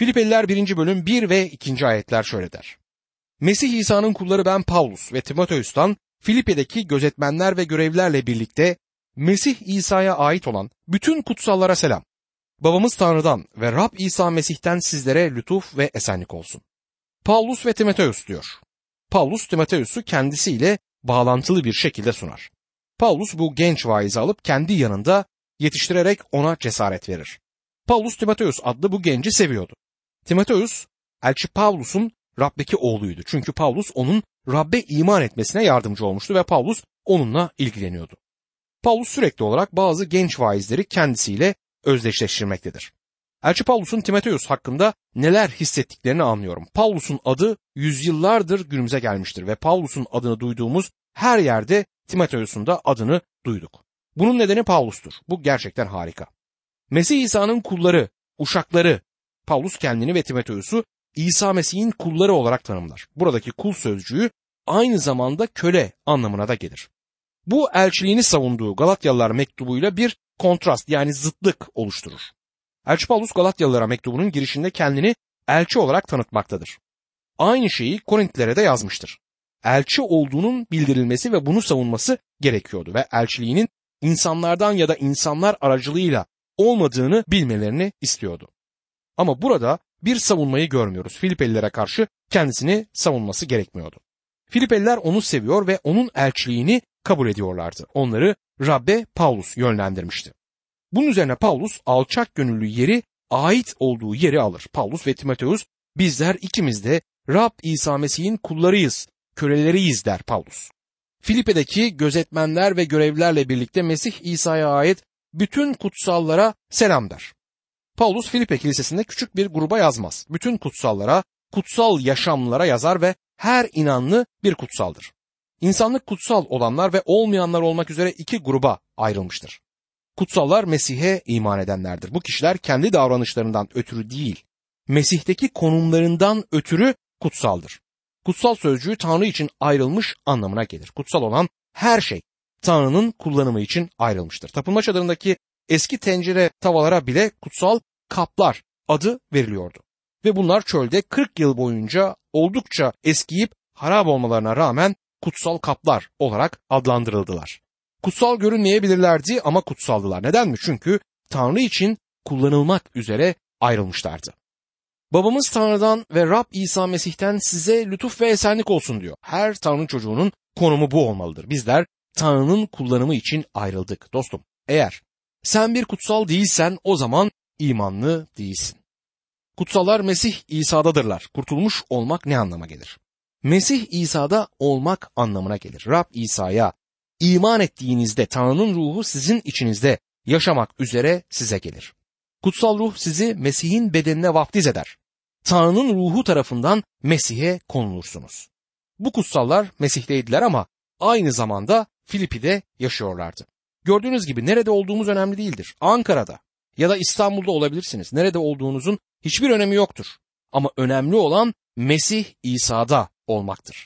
Filipeliler 1. bölüm 1 ve 2. ayetler şöyle der. Mesih İsa'nın kulları ben Pavlus ve Timoteus'tan Filipi'deki gözetmenler ve görevlilerle birlikte Mesih İsa'ya ait olan bütün kutsallara selam. Babamız Tanrı'dan ve Rab İsa Mesih'ten sizlere lütuf ve esenlik olsun. Pavlus ve Timoteus diyor. Pavlus Timoteus'u kendisiyle bağlantılı bir şekilde sunar. Pavlus bu genç vaizi alıp kendi yanında yetiştirerek ona cesaret verir. Pavlus Timoteus adlı bu genci seviyordu. Timoteus, elçi Pavlus'un Rab'deki oğluydu. Çünkü Pavlus onun Rab'be iman etmesine yardımcı olmuştu ve Pavlus onunla ilgileniyordu. Pavlus sürekli olarak bazı genç vaizleri kendisiyle özdeşleştirmektedir. Elçi Pavlus'un Timoteus hakkında neler hissettiklerini anlıyorum. Pavlus'un adı yüzyıllardır günümüze gelmiştir ve Pavlus'un adını duyduğumuz her yerde Timoteus'un da adını duyduk. Bunun nedeni Pavlus'tur. Bu gerçekten harika. Mesih İsa'nın kulları, uşakları, Pavlus kendini ve Timoteus'u İsa Mesih'in kulları olarak tanımlar. Buradaki kul sözcüğü aynı zamanda köle anlamına da gelir. Bu elçiliğini savunduğu Galatyalılar mektubuyla bir kontrast yani zıtlık oluşturur. Elçi Pavlus Galatyalılara mektubunun girişinde kendini elçi olarak tanıtmaktadır. Aynı şeyi Korintlilere de yazmıştır. Elçi olduğunun bildirilmesi ve bunu savunması gerekiyordu ve elçiliğinin insanlardan ya da insanlar aracılığıyla olmadığını bilmelerini istiyordu. Ama burada bir savunmayı görmüyoruz. Filipelilere karşı kendisini savunması gerekmiyordu. Filipeliler onu seviyor ve onun elçiliğini kabul ediyorlardı. Onları Rab'be Pavlus yönlendirmişti. Bunun üzerine Pavlus alçak gönüllü yeri ait olduğu yeri alır. Pavlus ve Timoteus bizler ikimiz de Rab İsa Mesih'in kullarıyız, köleleriyiz der Pavlus. Filipe'deki gözetmenler ve görevlilerle birlikte Mesih İsa'ya ait bütün kutsallara selam der. Pavlus Filipe kilisesinde küçük bir gruba yazmaz. Bütün kutsallara, kutsal yaşamlılara yazar ve her inanlı bir kutsaldır. İnsanlık kutsal olanlar ve olmayanlar olmak üzere iki gruba ayrılmıştır. Kutsallar Mesih'e iman edenlerdir. Bu kişiler kendi davranışlarından ötürü değil, Mesih'teki konumlarından ötürü kutsaldır. Kutsal sözcüğü Tanrı için ayrılmış anlamına gelir. Kutsal olan her şey Tanrı'nın kullanımı için ayrılmıştır. Tapınma çadırındaki eski tencere tavalara bile kutsal kaplar adı veriliyordu. Ve bunlar çölde 40 yıl boyunca oldukça eskiyip harap olmalarına rağmen kutsal kaplar olarak adlandırıldılar. Kutsal görünmeyebilirlerdi ama kutsaldılar. Neden mi? Çünkü Tanrı için kullanılmak üzere ayrılmışlardı. Babamız Tanrı'dan ve Rab İsa Mesih'ten size lütuf ve esenlik olsun diyor. Her Tanrı çocuğunun konumu bu olmalıdır. Bizler Tanrı'nın kullanımı için ayrıldık. Dostum, eğer sen bir kutsal değilsen o zaman imanlı değilsin. Kutsallar Mesih İsa'dadırlar. Kurtulmuş olmak ne anlama gelir? Mesih İsa'da olmak anlamına gelir. Rab İsa'ya iman ettiğinizde Tanrı'nın ruhu sizin içinizde yaşamak üzere size gelir. Kutsal ruh sizi Mesih'in bedenine vaftiz eder. Tanrı'nın ruhu tarafından Mesih'e konulursunuz. Bu kutsallar Mesih'teydiler ama aynı zamanda Filipi'de yaşıyorlardı. Gördüğünüz gibi nerede olduğumuz önemli değildir. Ankara'da ya da İstanbul'da olabilirsiniz. Nerede olduğunuzun hiçbir önemi yoktur. Ama önemli olan Mesih İsa'da olmaktır.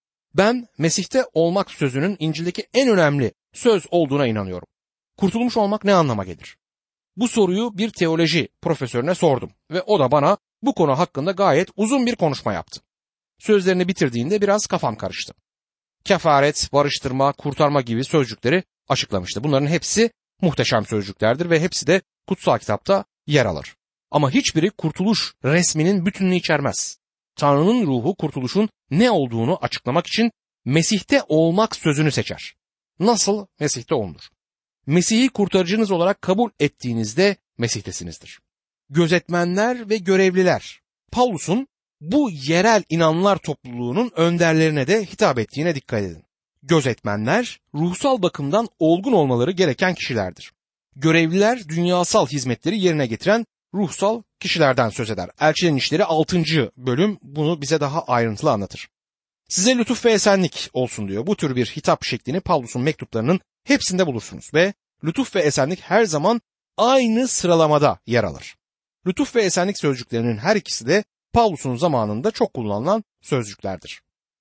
Ben Mesih'te olmak sözünün İncil'deki en önemli söz olduğuna inanıyorum. Kurtulmuş olmak ne anlama gelir? Bu soruyu bir teoloji profesörüne sordum ve o da bana bu konu hakkında gayet uzun bir konuşma yaptı. Sözlerini bitirdiğinde biraz kafam karıştı. Kefaret, barıştırma, kurtarma gibi sözcükleri açıklamıştı. Bunların hepsi muhteşem sözcüklerdir ve hepsi de kutsal kitapta yer alır. Ama hiçbiri kurtuluş resminin bütününü içermez. Tanrı'nın ruhu kurtuluşun ne olduğunu açıklamak için Mesih'te olmak sözünü seçer. Nasıl Mesih'te olunur? Mesih'i kurtarıcınız olarak kabul ettiğinizde Mesih'tesinizdir. Gözetmenler ve görevliler. Pavlus'un bu yerel inanlar topluluğunun önderlerine de hitap ettiğine dikkat edin. Gözetmenler ruhsal bakımdan olgun olmaları gereken kişilerdir. Görevliler dünyasal hizmetleri yerine getiren ruhsal kişilerden söz eder. Elçilerin İşleri 6. bölüm bunu bize daha ayrıntılı anlatır. Size lütuf ve esenlik olsun diyor. Bu tür bir hitap şeklini Pavlus'un mektuplarının hepsinde bulursunuz ve lütuf ve esenlik her zaman aynı sıralamada yer alır. Lütuf ve esenlik sözcüklerinin her ikisi de Pavlus'un zamanında çok kullanılan sözcüklerdir.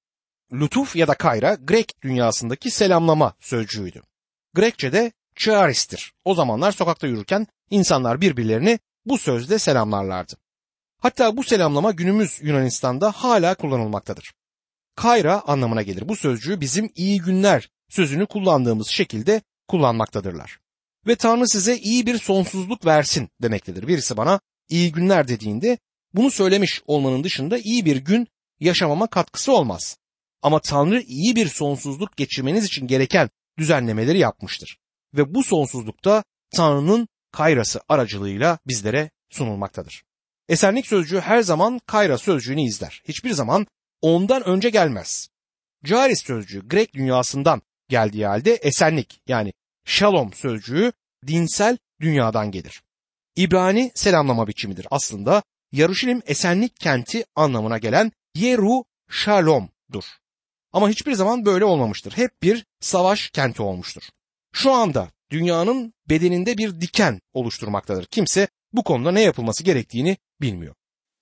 Lütuf ya da kayra Grek dünyasındaki selamlama sözcüğüydü. Grekçe'de charis'tir. O zamanlar sokakta yürürken insanlar birbirlerini bu sözle selamlarlardı. Hatta bu selamlama günümüz Yunanistan'da hala kullanılmaktadır. Kayra anlamına gelir. Bu sözcüğü bizim iyi günler sözünü kullandığımız şekilde kullanmaktadırlar. Ve Tanrı size iyi bir sonsuzluk versin demektedir. Birisi bana iyi günler dediğinde bunu söylemiş olmanın dışında iyi bir gün yaşamama katkısı olmaz. Ama Tanrı iyi bir sonsuzluk geçirmeniz için gereken düzenlemeleri yapmıştır. Ve bu sonsuzlukta Tanrı'nın kayrası aracılığıyla bizlere sunulmaktadır. Esenlik sözcüğü her zaman kayra sözcüğünü izler. Hiçbir zaman ondan önce gelmez. Charis sözcüğü Grek dünyasından geldiği halde esenlik yani shalom sözcüğü dinsel dünyadan gelir. İbrani selamlama biçimidir. Aslında Yaruşilim esenlik kenti anlamına gelen Yeru Shalom'dur. Ama hiçbir zaman böyle olmamıştır. Hep bir savaş kenti olmuştur. Şu anda dünyanın bedeninde bir diken oluşturmaktadır. Kimse bu konuda ne yapılması gerektiğini bilmiyor.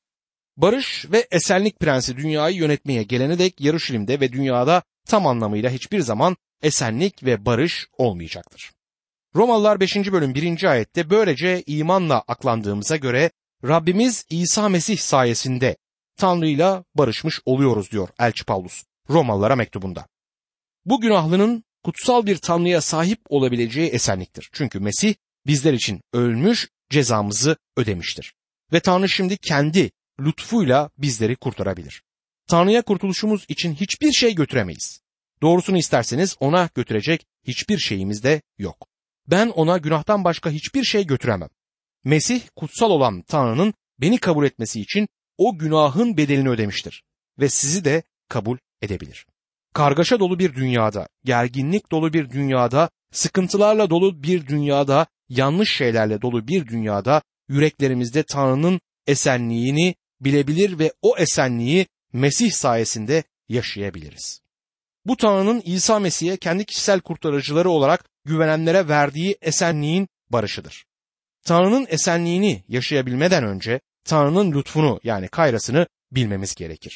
Barış ve esenlik prensi dünyayı yönetmeye gelene dek Yaruşilim'de ve dünyada tam anlamıyla hiçbir zaman esenlik ve barış olmayacaktır. Romalılar 5. bölüm 1. ayette böylece imanla aklandığımıza göre Rabbimiz İsa Mesih sayesinde Tanrı'yla barışmış oluyoruz diyor Elçi Pavlus Romalılara mektubunda. Bu günahlının kutsal bir Tanrı'ya sahip olabileceği esenliktir. Çünkü Mesih bizler için ölmüş, cezamızı ödemiştir. Ve Tanrı şimdi kendi lütfuyla bizleri kurtarabilir. Tanrı'ya kurtuluşumuz için hiçbir şey götüremeyiz. Doğrusunu isterseniz ona götürecek hiçbir şeyimiz de yok. Ben ona günahtan başka hiçbir şey götüremem. Mesih kutsal olan Tanrı'nın beni kabul etmesi için o günahın bedelini ödemiştir ve sizi de kabul edebilir. Kargaşa dolu bir dünyada, gerginlik dolu bir dünyada, sıkıntılarla dolu bir dünyada, yanlış şeylerle dolu bir dünyada yüreklerimizde Tanrı'nın esenliğini bilebilir ve o esenliği Mesih sayesinde yaşayabiliriz. Bu Tanrı'nın İsa Mesih'e kendi kişisel kurtarıcıları olarak güvenenlere verdiği esenliğin barışıdır. Tanrı'nın esenliğini yaşayabilmeden önce Tanrı'nın lütfunu yani kayrasını bilmemiz gerekir.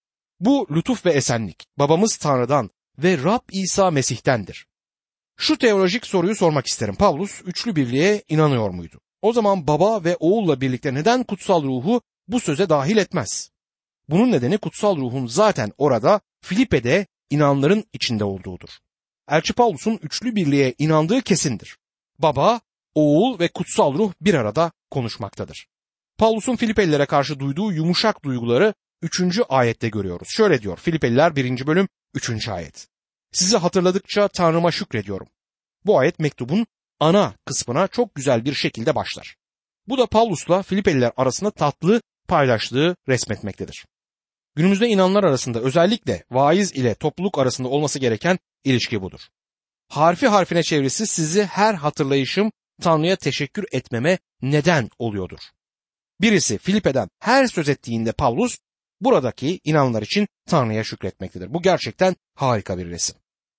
Bu lütuf ve esenlik babamız Tanrı'dan ve Rab İsa Mesih'tendir. Şu teolojik soruyu sormak isterim. Pavlus üçlü birliğe inanıyor muydu? O zaman baba ve oğulla birlikte neden kutsal ruhu bu söze dahil etmez? Bunun nedeni kutsal ruhun zaten orada Filipe'de inanların içinde olduğudur. Elçi Pavlus'un üçlü birliğe inandığı kesindir. Baba, oğul ve kutsal ruh bir arada konuşmaktadır. Pavlus'un Filipelilere karşı duyduğu yumuşak duyguları 3. ayette görüyoruz. Şöyle diyor Filipeliler 1. bölüm 3. ayet. Sizi hatırladıkça Tanrı'ma şükrediyorum. Bu ayet mektubun ana kısmına çok güzel bir şekilde başlar. Bu da Pavlus'la Filipeliler arasında tatlı paylaştığı resmetmektedir. Günümüzde inananlar arasında özellikle vaiz ile topluluk arasında olması gereken ilişki budur. Harfi harfine çevirisi sizi her hatırlayışım Tanrı'ya teşekkür etmeme neden oluyordur. Birisi Filipe'den her söz ettiğinde Pavlus buradaki inananlar için Tanrı'ya şükretmektedir. Bu gerçekten harika bir resim.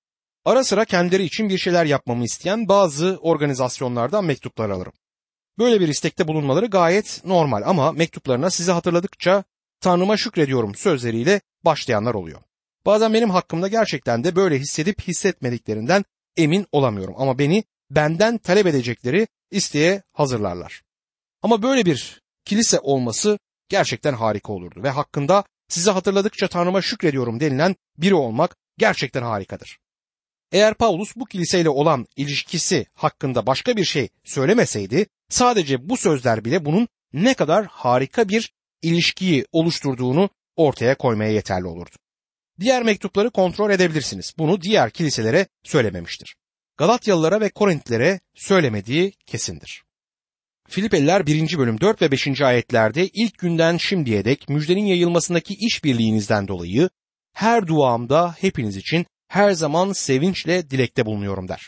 Ara sıra kendileri için bir şeyler yapmamı isteyen bazı organizasyonlardan mektuplar alırım. Böyle bir istekte bulunmaları gayet normal ama mektuplarına sizi hatırladıkça Tanrı'ma şükrediyorum sözleriyle başlayanlar oluyor. Bazen benim hakkımda gerçekten de böyle hissedip hissetmediklerinden emin olamıyorum ama benden talep edecekleri isteğe hazırlarlar. Ama böyle bir kilise olması gerçekten harika olurdu ve hakkında sizi hatırladıkça Tanrı'ma şükrediyorum denilen biri olmak gerçekten harikadır. Eğer Pavlus bu kiliseyle olan ilişkisi hakkında başka bir şey söylemeseydi, sadece bu sözler bile bunun ne kadar harika bir ilişkiyi oluşturduğunu ortaya koymaya yeterli olurdu. Diğer mektupları kontrol edebilirsiniz. Bunu diğer kiliselere söylememiştir. Galatyalılara ve Korintlilere söylemediği kesindir. Filipeliler 1. bölüm 4 ve 5. ayetlerde ilk günden şimdiye dek müjdenin yayılmasındaki işbirliğinizden dolayı her duamda hepiniz için her zaman sevinçle dilekte bulunuyorum der.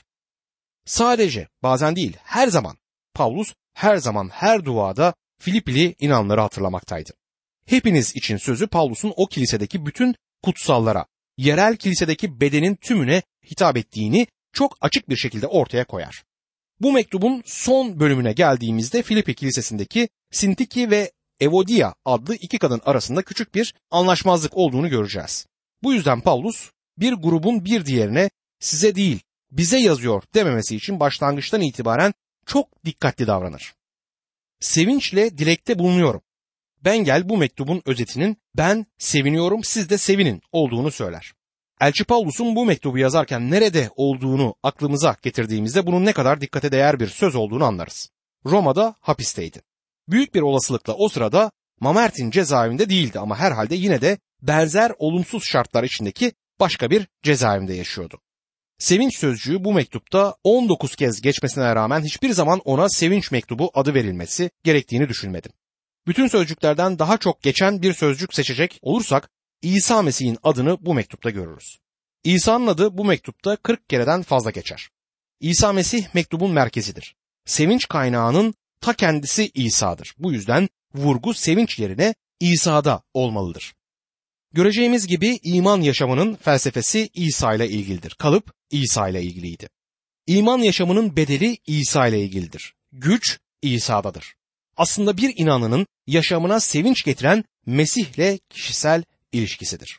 Sadece bazen değil her zaman Pavlus her zaman her duada Filipili inanları hatırlamaktaydı. Hepiniz için sözü Pavlus'un o kilisedeki bütün kutsallara, yerel kilisedeki bedenin tümüne hitap ettiğini çok açık bir şekilde ortaya koyar. Bu mektubun son bölümüne geldiğimizde Filipi kilisesindeki Sintiki ve Evodia adlı iki kadın arasında küçük bir anlaşmazlık olduğunu göreceğiz. Bu yüzden Pavlus bir grubun bir diğerine size değil bize yazıyor dememesi için başlangıçtan itibaren çok dikkatli davranır. Sevinçle dilekte bulunuyorum. Bengel bu mektubun özetinin ben seviniyorum siz de sevinin olduğunu söyler. Elçi Pavlus'un bu mektubu yazarken nerede olduğunu aklımıza getirdiğimizde bunun ne kadar dikkate değer bir söz olduğunu anlarız. Roma'da hapisteydi. Büyük bir olasılıkla o sırada Mamertin cezaevinde değildi ama herhalde yine de benzer olumsuz şartlar içindeki başka bir cezaevinde yaşıyordu. Sevinç sözcüğü bu mektupta 19 kez geçmesine rağmen hiçbir zaman ona sevinç mektubu adı verilmesi gerektiğini düşünmedim. Bütün sözcüklerden daha çok geçen bir sözcük seçecek olursak İsa Mesih'in adını bu mektupta görürüz. İsa'nın adı bu mektupta 40 kereden fazla geçer. İsa Mesih mektubun merkezidir. Sevinç kaynağının ta kendisi İsa'dır. Bu yüzden vurgu sevinç yerine İsa'da olmalıdır. Göreceğimiz gibi iman yaşamının felsefesi İsa ile ilgilidir. Kalıp İsa ile ilgiliydi. İman yaşamının bedeli İsa ile ilgilidir. Güç İsa'dadır. Aslında bir inanlının yaşamına sevinç getiren Mesih'le kişisel ilişkisidir.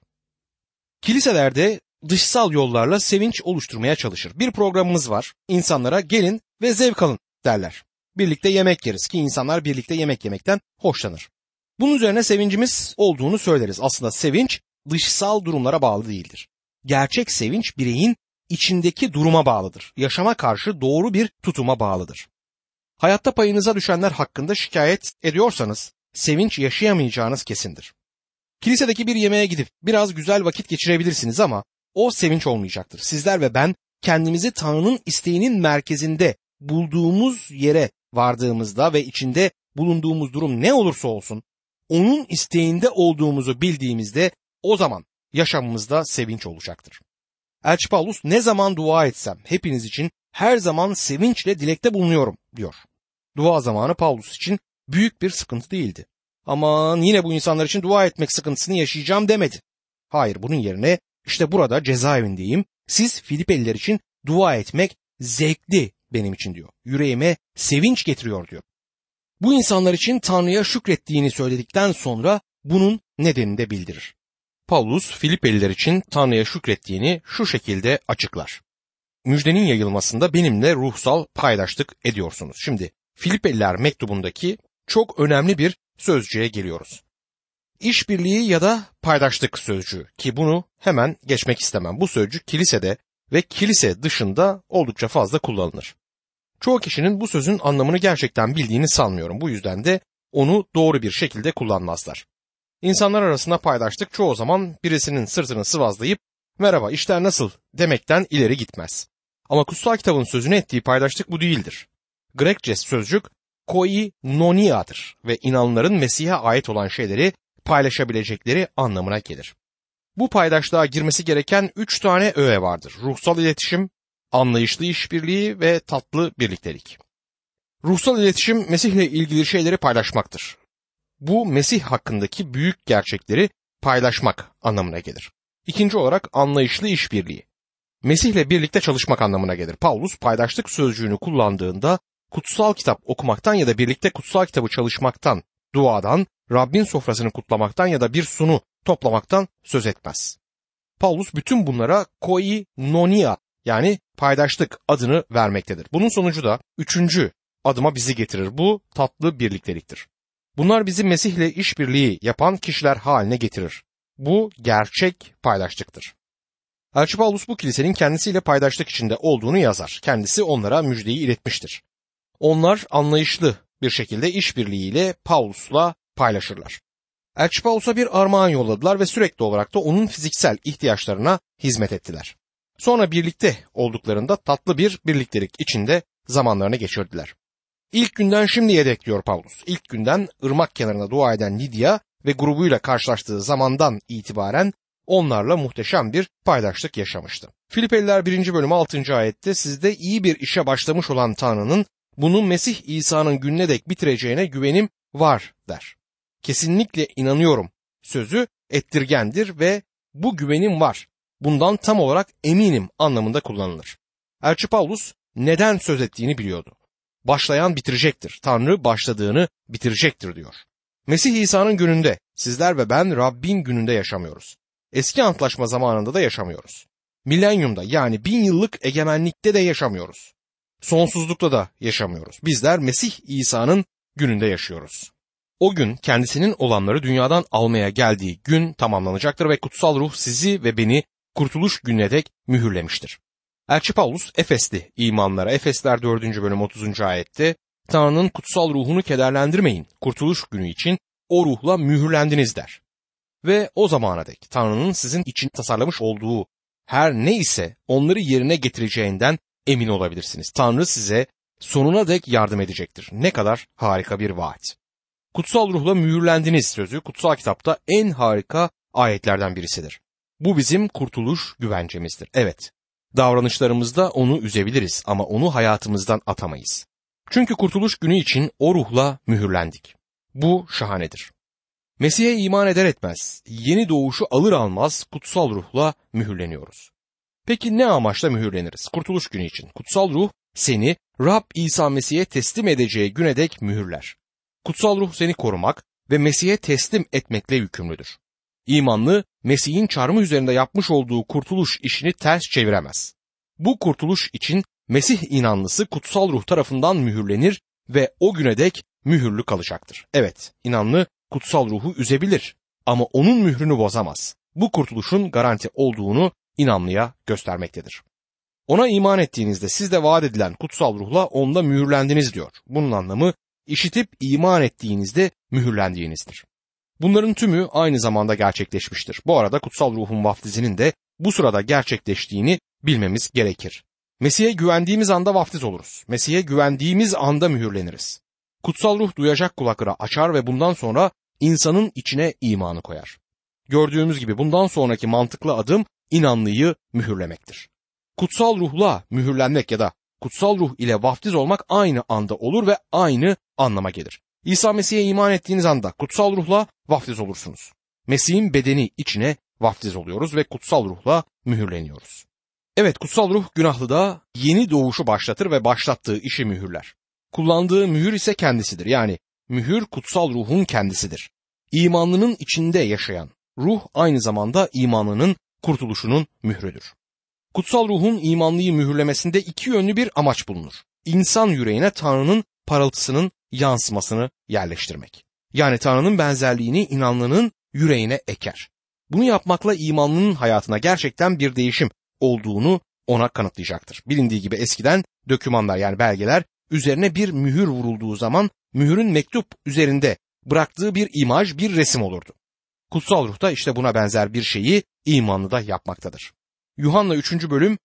Kiliselerde dışsal yollarla sevinç oluşturmaya çalışır. Bir programımız var. İnsanlara gelin ve zevk alın derler. Birlikte yemek yeriz ki insanlar birlikte yemek yemekten hoşlanır. Bunun üzerine sevincimiz olduğunu söyleriz. Aslında sevinç dışsal durumlara bağlı değildir. Gerçek sevinç bireyin içindeki duruma bağlıdır. Yaşama karşı doğru bir tutuma bağlıdır. Hayatta payınıza düşenler hakkında şikayet ediyorsanız sevinç yaşayamayacağınız kesindir. Kilisedeki bir yemeğe gidip biraz güzel vakit geçirebilirsiniz ama o sevinç olmayacaktır. Sizler ve ben kendimizi Tanrı'nın isteğinin merkezinde bulduğumuz yere vardığımızda ve içinde bulunduğumuz durum ne olursa olsun onun isteğinde olduğumuzu bildiğimizde o zaman yaşamımızda sevinç olacaktır. Elçi Pavlus ne zaman dua etsem hepiniz için her zaman sevinçle dilekte bulunuyorum diyor. Dua zamanı Pavlus için büyük bir sıkıntı değildi. Aman yine bu insanlar için dua etmek sıkıntısını yaşayacağım demedi. Hayır, bunun yerine işte burada cezaevindeyim. Siz Filipeliler için dua etmek zevkli benim için diyor. Yüreğime sevinç getiriyor diyor. Bu insanlar için Tanrı'ya şükrettiğini söyledikten sonra bunun nedenini de bildirir. Pavlus Filipeliler için Tanrı'ya şükrettiğini şu şekilde açıklar. Müjdenin yayılmasında benimle ruhsal paydaşlık ediyorsunuz. Şimdi Filipeliler mektubundaki çok önemli bir sözcüğe geliyoruz. İşbirliği ya da paydaşlık sözcüğü ki bunu hemen geçmek istemem. Bu sözcük kilisede ve kilise dışında oldukça fazla kullanılır. Çoğu kişinin bu sözün anlamını gerçekten bildiğini sanmıyorum. Bu yüzden de onu doğru bir şekilde kullanmazlar. İnsanlar arasında paydaşlık çoğu zaman birisinin sırtını sıvazlayıp merhaba işler nasıl demekten ileri gitmez. Ama kutsal kitabın sözünü ettiği paydaşlık bu değildir. Grekçe sözcük koinonia'dır ve inananların Mesih'e ait olan şeyleri paylaşabilecekleri anlamına gelir. Bu paydaşlığa girmesi gereken 3 tane öğe vardır. Ruhsal iletişim, anlayışlı işbirliği ve tatlı birliktelik. Ruhsal iletişim Mesih'le ilgili şeyleri paylaşmaktır. Bu Mesih hakkındaki büyük gerçekleri paylaşmak anlamına gelir. İkinci olarak anlayışlı işbirliği. Mesih'le birlikte çalışmak anlamına gelir. Pavlus paydaşlık sözcüğünü kullandığında kutsal kitap okumaktan ya da birlikte kutsal kitabı çalışmaktan, duadan, Rabbin sofrasını kutlamaktan ya da bir sunu toplamaktan söz etmez. Pavlus bütün bunlara koinonia yani paydaşlık adını vermektedir. Bunun sonucu da 3. adıma bizi getirir. Bu tatlı birlikteliktir. Bunlar bizi Mesih'le işbirliği yapan kişiler haline getirir. Bu gerçek paydaşlıktır. Elçi Pavlus bu kilisenin kendisiyle paydaşlık içinde olduğunu yazar. Kendisi onlara müjdeyi iletmiştir. Onlar anlayışlı bir şekilde işbirliğiyle Pavlus'la paylaşırlar. Elçi Pavlus'a bir armağan yolladılar ve sürekli olarak da onun fiziksel ihtiyaçlarına hizmet ettiler. Sonra birlikte olduklarında tatlı bir birliktelik içinde zamanlarını geçirdiler. İlk günden şimdiye dek diyor Pavlus. İlk günden ırmak kenarına dua eden Lidya ve grubuyla karşılaştığı zamandan itibaren onlarla muhteşem bir paydaşlık yaşamıştı. Filipeliler 1. bölüm 6. ayette sizde iyi bir işe başlamış olan Tanrı'nın bunu Mesih İsa'nın gününe dek bitireceğine güvenim var der. Kesinlikle inanıyorum sözü ettirgendir ve bu güvenim var. Bundan tam olarak eminim anlamında kullanılır. Elçi Pavlus neden söz ettiğini biliyordu. Başlayan bitirecektir. Tanrı başladığını bitirecektir diyor. Mesih İsa'nın gününde sizler ve ben Rabbin gününde yaşamıyoruz. Eski antlaşma zamanında da yaşamıyoruz. Milenyumda yani 1000 yıllık egemenlikte de yaşamıyoruz. Sonsuzlukta da yaşamıyoruz. Bizler Mesih İsa'nın gününde yaşıyoruz. O gün kendisinin olanları dünyadan almaya geldiği gün tamamlanacaktır ve kutsal ruh sizi ve beni kurtuluş gününe dek mühürlemiştir. Elçi Paulus Efesli imanlara, Efesler 4. bölüm 30. ayette Tanrı'nın kutsal ruhunu kederlendirmeyin, kurtuluş günü için o ruhla mühürlendiniz der. Ve o zamana dek Tanrı'nın sizin için tasarlamış olduğu her ne ise onları yerine getireceğinden emin olabilirsiniz. Tanrı size sonuna dek yardım edecektir. Ne kadar harika bir vaat. Kutsal ruhla mühürlendiniz sözü kutsal kitapta en harika ayetlerden birisidir. Bu bizim kurtuluş güvencemizdir. Evet, davranışlarımızda onu üzebiliriz ama onu hayatımızdan atamayız. Çünkü kurtuluş günü için o ruhla mühürlendik. Bu şahanedir. Mesih'e iman eder etmez, yeni doğuşu alır almaz kutsal ruhla mühürleniyoruz. Peki ne amaçla mühürleniriz? Kurtuluş günü için. Kutsal ruh seni Rab İsa Mesih'e teslim edeceği güne dek mühürler. Kutsal ruh seni korumak ve Mesih'e teslim etmekle yükümlüdür. İmanlı, Mesih'in çarmıh üzerinde yapmış olduğu kurtuluş işini ters çeviremez. Bu kurtuluş için Mesih inanlısı kutsal ruh tarafından mühürlenir ve o güne dek mühürlü kalacaktır. Evet, inanlı kutsal ruhu üzebilir ama onun mührünü bozamaz. Bu kurtuluşun garanti olduğunu inanlıya göstermektedir. Ona iman ettiğinizde siz de vaat edilen kutsal ruhla onda mühürlendiniz diyor. Bunun anlamı işitip iman ettiğinizde mühürlendiğinizdir. Bunların tümü aynı zamanda gerçekleşmiştir. Bu arada kutsal ruhun vaftizinin de bu sırada gerçekleştiğini bilmemiz gerekir. Mesih'e güvendiğimiz anda vaftiz oluruz. Mesih'e güvendiğimiz anda mühürleniriz. Kutsal ruh duyacak kulakları açar ve bundan sonra insanın içine imanı koyar. Gördüğümüz gibi bundan sonraki mantıklı adım inanlıyı mühürlemektir. Kutsal ruhla mühürlenmek ya da kutsal ruh ile vaftiz olmak aynı anda olur ve aynı anlama gelir. İsa Mesih'e iman ettiğiniz anda kutsal ruhla vaftiz olursunuz. Mesih'in bedeni içine vaftiz oluyoruz ve kutsal ruhla mühürleniyoruz. Evet, kutsal ruh günahlıda yeni doğuşu başlatır ve başlattığı işi mühürler. Kullandığı mühür ise kendisidir. Yani mühür kutsal ruhun kendisidir. İmanlının içinde yaşayan ruh aynı zamanda imanlının kurtuluşunun mührüdür. Kutsal ruhun imanlıyı mühürlemesinde iki yönlü bir amaç bulunur. İnsan yüreğine Tanrı'nın parıltısının yansımasını yerleştirmek. Yani Tanrı'nın benzerliğini inanlının yüreğine eker. Bunu yapmakla imanlının hayatına gerçekten bir değişim olduğunu ona kanıtlayacaktır. Bilindiği gibi eskiden dokümanlar yani belgeler üzerine bir mühür vurulduğu zaman mühürün mektup üzerinde bıraktığı bir imaj, bir resim olurdu. Kutsal ruh da işte buna benzer bir şeyi imanlıda yapmaktadır. Yuhanna 3. bölüm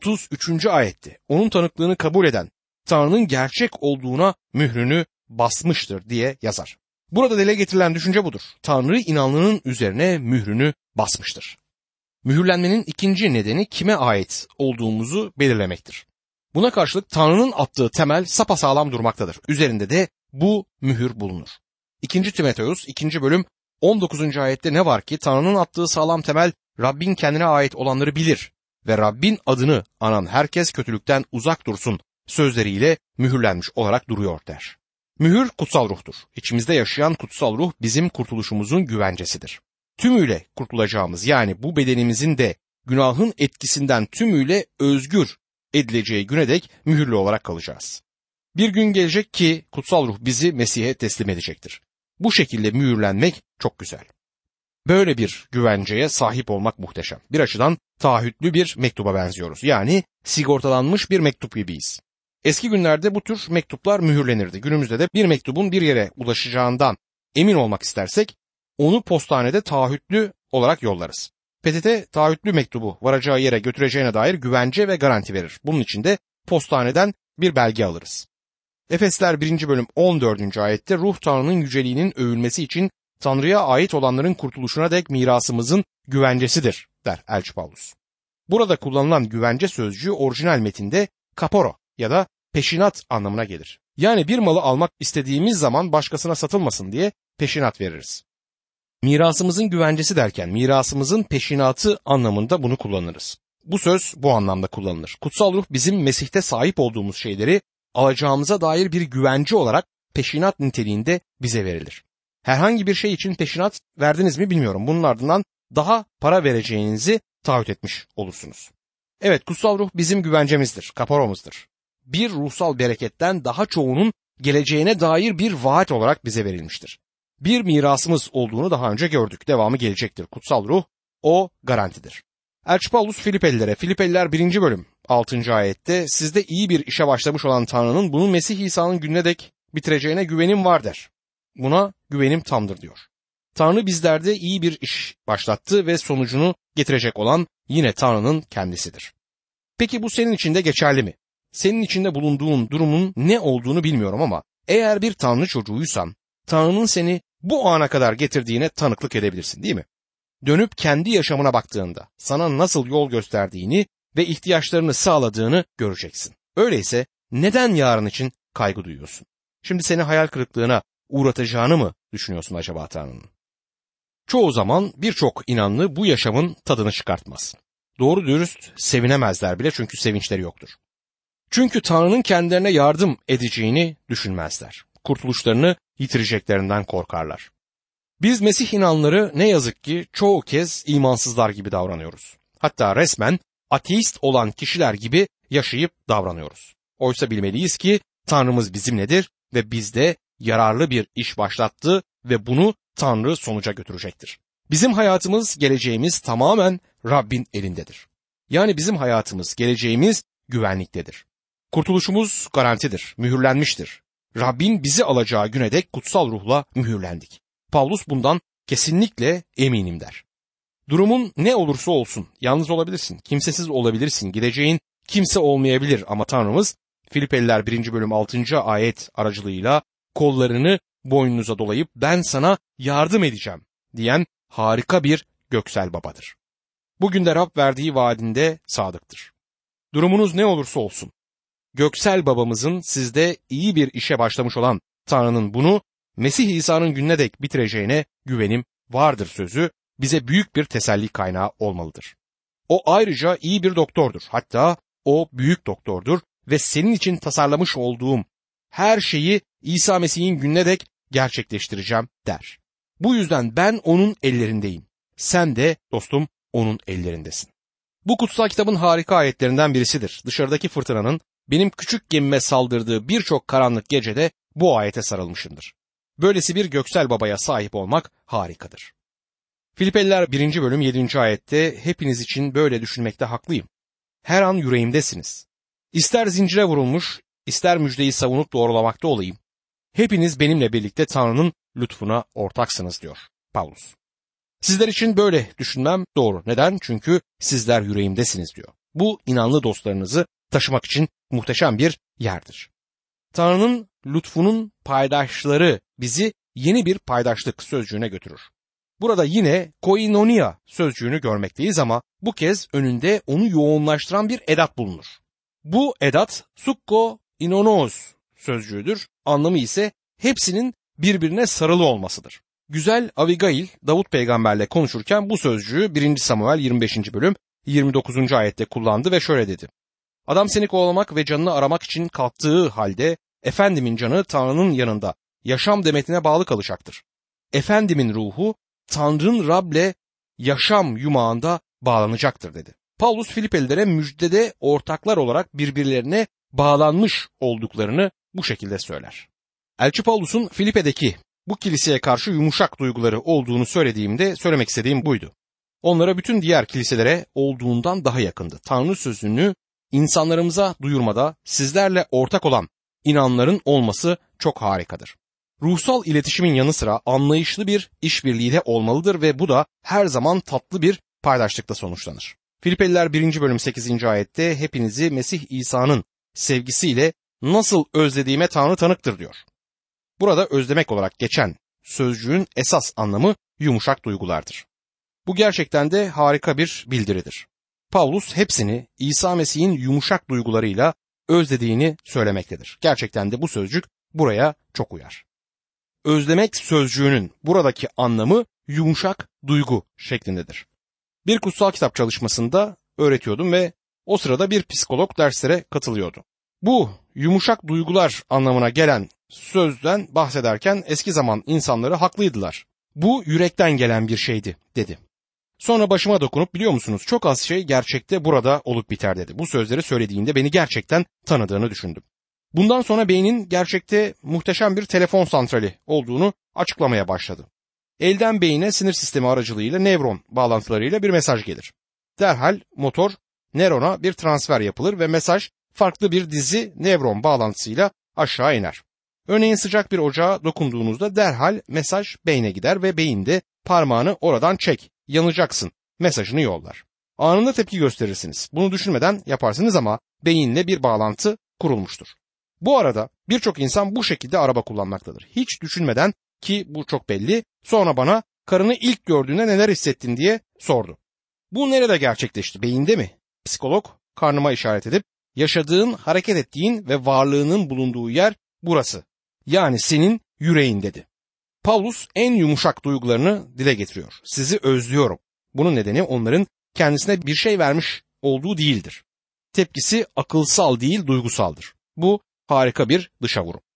33. ayette onun tanıklığını kabul eden Tanrı'nın gerçek olduğuna mührünü basmıştır diye yazar. Burada dile getirilen düşünce budur. Tanrı inanlının üzerine mührünü basmıştır. Mühürlenmenin ikinci nedeni kime ait olduğumuzu belirlemektir. Buna karşılık Tanrı'nın attığı temel sapasağlam durmaktadır. Üzerinde de bu mühür bulunur. 2. Timoteus 2. bölüm 19. ayette ne var ki Tanrı'nın attığı sağlam temel Rabbin kendine ait olanları bilir ve Rabbin adını anan herkes kötülükten uzak dursun sözleriyle mühürlenmiş olarak duruyor der. Mühür kutsal ruhtur. İçimizde yaşayan kutsal ruh bizim kurtuluşumuzun güvencesidir. Tümüyle kurtulacağımız yani bu bedenimizin de günahın etkisinden tümüyle özgür edileceği güne dek mühürlü olarak kalacağız. Bir gün gelecek ki kutsal ruh bizi Mesih'e teslim edecektir. Bu şekilde mühürlenmek çok güzel. Böyle bir güvenceye sahip olmak muhteşem. Bir açıdan taahhütlü bir mektuba benziyoruz. Yani sigortalanmış bir mektup gibiyiz. Eski günlerde bu tür mektuplar mühürlenirdi. Günümüzde de bir mektubun bir yere ulaşacağından emin olmak istersek onu postanede taahhütlü olarak yollarız. PTT taahhütlü mektubu varacağı yere götüreceğine dair güvence ve garanti verir. Bunun için de postaneden bir belge alırız. Efesler 1. bölüm 14. ayette ruh Tanrı'nın yüceliğinin övülmesi için Tanrı'ya ait olanların kurtuluşuna dek mirasımızın güvencesidir der Elçi Paulus. Burada kullanılan güvence sözcüğü orijinal metinde kaporo ya da peşinat anlamına gelir. Yani bir malı almak istediğimiz zaman başkasına satılmasın diye peşinat veririz. Mirasımızın güvencesi derken mirasımızın peşinatı anlamında bunu kullanırız. Bu söz bu anlamda kullanılır. Kutsal ruh bizim Mesih'te sahip olduğumuz şeyleri alacağımıza dair bir güvence olarak peşinat niteliğinde bize verilir. Herhangi bir şey için peşinat verdiniz mi bilmiyorum. Bunun ardından daha para vereceğinizi taahhüt etmiş olursunuz. Evet, kutsal ruh bizim güvencemizdir, kaporomuzdur. Bir ruhsal bereketten daha çoğunun geleceğine dair bir vaat olarak bize verilmiştir. bir mirasımız olduğunu daha önce gördük. Devamı gelecektir. Kutsal ruh o garantidir. Elçi Paulus Filipeliler 1. bölüm 6. ayette sizde iyi bir işe başlamış olan Tanrı'nın bunu Mesih İsa'nın gününe dek bitireceğine güvenim var der. Buna güvenim tamdır diyor. Tanrı bizlerde iyi bir iş başlattı ve sonucunu getirecek olan yine Tanrı'nın kendisidir. Peki bu senin için de geçerli mi? Senin içinde bulunduğun durumun ne olduğunu bilmiyorum ama eğer bir Tanrı çocuğuysan Tanrı'nın seni bu ana kadar getirdiğine tanıklık edebilirsin, değil mi? Dönüp kendi yaşamına baktığında sana nasıl yol gösterdiğini ve ihtiyaçlarını sağladığını göreceksin. Öyleyse neden yarın için kaygı duyuyorsun? Şimdi seni hayal kırıklığına uğratacağını mı düşünüyorsun acaba Tanrı'nın? Çoğu zaman birçok inanlı bu yaşamın tadını çıkartmaz. Doğru dürüst sevinemezler bile çünkü sevinçleri yoktur. Çünkü Tanrı'nın kendilerine yardım edeceğini düşünmezler. Kurtuluşlarını yitireceklerinden korkarlar. Biz Mesih inanları ne yazık ki çoğu kez imansızlar gibi davranıyoruz. Hatta resmen ateist olan kişiler gibi yaşayıp davranıyoruz. Oysa bilmeliyiz ki Tanrımız bizimledir ve bizde yararlı bir iş başlattı ve bunu Tanrı sonuca götürecektir. Bizim hayatımız, geleceğimiz tamamen Rabbin elindedir. Yani bizim hayatımız, geleceğimiz güvenliktedir. Kurtuluşumuz garantidir, mühürlenmiştir. Rabbin bizi alacağı güne dek kutsal ruhla mühürlendik. Paulus bundan kesinlikle eminim der. Durumun ne olursa olsun, yalnız olabilirsin, kimsesiz olabilirsin, gideceğin kimse olmayabilir ama Tanrımız Filipeliler 1. bölüm 6. ayet aracılığıyla kollarını boynunuza dolayıp ben sana yardım edeceğim diyen harika bir göksel babadır. Bugün de Rab verdiği vaadinde sadıktır. Durumunuz ne olursa olsun, göksel babamızın sizde iyi bir işe başlamış olan Tanrı'nın bunu Mesih İsa'nın gününe dek bitireceğine güvenim vardır sözü bize büyük bir teselli kaynağı olmalıdır. O ayrıca iyi bir doktordur. Hatta o büyük doktordur ve senin için tasarlamış olduğum her şeyi İsa Mesih'in gününe dek gerçekleştireceğim der. Bu yüzden ben onun ellerindeyim. Sen de dostum onun ellerindesin. Bu kutsal kitabın harika ayetlerinden birisidir. Dışarıdaki fırtınanın benim küçük gemime saldırdığı birçok karanlık gecede bu ayete sarılmışımdır. Böylesi bir göksel babaya sahip olmak harikadır. Filipeliler 1. bölüm 7. ayette hepiniz için böyle düşünmekte haklıyım. Her an yüreğimdesiniz. İster zincire vurulmuş, ister müjdeyi savunup doğrulamakta olayım. Hepiniz benimle birlikte Tanrı'nın lütfuna ortaksınız diyor Paulus. Sizler için böyle düşünmem doğru. Neden? Çünkü sizler yüreğimdesiniz diyor. Bu inanlı dostlarınızı taşımak için muhteşem bir yerdir. Tanrı'nın lütfunun paydaşları bizi yeni bir paydaşlık sözcüğüne götürür. Burada yine koinonia sözcüğünü görmekteyiz ama bu kez önünde onu yoğunlaştıran bir edat bulunur. Bu edat sukko inonos sözcüğüdür. Anlamı ise hepsinin birbirine sarılı olmasıdır. Güzel Abigail Davut peygamberle konuşurken bu sözcüğü 1. Samuel 25. bölüm 29. ayette kullandı ve şöyle dedi. Adam seni kovalamak ve canını aramak için kalktığı halde efendimin canı Tanrı'nın yanında yaşam demetine bağlı kalacaktır. Efendimin ruhu Tanrı'nın Rab'le yaşam yumağında bağlanacaktır dedi. Paulus Filipelilere müjdede ortaklar olarak birbirlerine bağlanmış olduklarını bu şekilde söyler. Elçi Paulus'un Filipe'deki bu kiliseye karşı yumuşak duyguları olduğunu söylediğimde söylemek istediğim buydu. Onlara bütün diğer kiliselere olduğundan daha yakındı. Tanrı sözünü insanlarımıza duyurmada sizlerle ortak olan inanların olması çok harikadır. Ruhsal iletişimin yanı sıra anlayışlı bir işbirliği de olmalıdır ve bu da her zaman tatlı bir paydaşlıkla sonuçlanır. Filipeliler 1. bölüm 8. ayette hepinizi Mesih İsa'nın sevgisiyle nasıl özlediğime Tanrı tanıktır diyor. Burada özlemek olarak geçen sözcüğün esas anlamı yumuşak duygulardır. Bu gerçekten de harika bir bildiridir. Paulus hepsini İsa Mesih'in yumuşak duygularıyla özlediğini söylemektedir. Gerçekten de bu sözcük buraya çok uyar. Özlemek sözcüğünün buradaki anlamı yumuşak duygu şeklindedir. Bir kutsal kitap çalışmasında öğretiyordum ve o sırada bir psikolog derslere katılıyordu. Bu yumuşak duygular anlamına gelen sözden bahsederken eski zaman insanları haklıydılar. Bu yürekten gelen bir şeydi dedi. Sonra başıma dokunup biliyor musunuz çok az şey gerçekte burada olup biter dedi. Bu sözleri söylediğinde beni gerçekten tanıdığını düşündüm. Bundan sonra beynin gerçekte muhteşem bir telefon santrali olduğunu açıklamaya başladı. Elden beyine sinir sistemi aracılığıyla nöron bağlantılarıyla bir mesaj gelir. Derhal motor nörona bir transfer yapılır ve mesaj farklı bir dizi nöron bağlantısıyla aşağı iner. Örneğin sıcak bir ocağa dokunduğunuzda derhal mesaj beyne gider ve beyin de parmağını oradan çek, yanacaksın mesajını yollar. Anında tepki gösterirsiniz. Bunu düşünmeden yaparsınız ama beyinle bir bağlantı kurulmuştur. Bu arada birçok insan bu şekilde araba kullanmaktadır. Hiç düşünmeden, ki bu çok belli, sonra bana karını ilk gördüğünde neler hissettin diye sordu. Bu nerede gerçekleşti? Beyinde mi? Psikolog karnıma işaret edip yaşadığın, hareket ettiğin ve varlığının bulunduğu yer burası. Yani senin yüreğin dedi. Pavlus en yumuşak duygularını dile getiriyor. Sizi özlüyorum. Bunun nedeni onların kendisine bir şey vermiş olduğu değildir. Tepkisi akılsal değil, duygusaldır. Bu harika bir dışa vurum.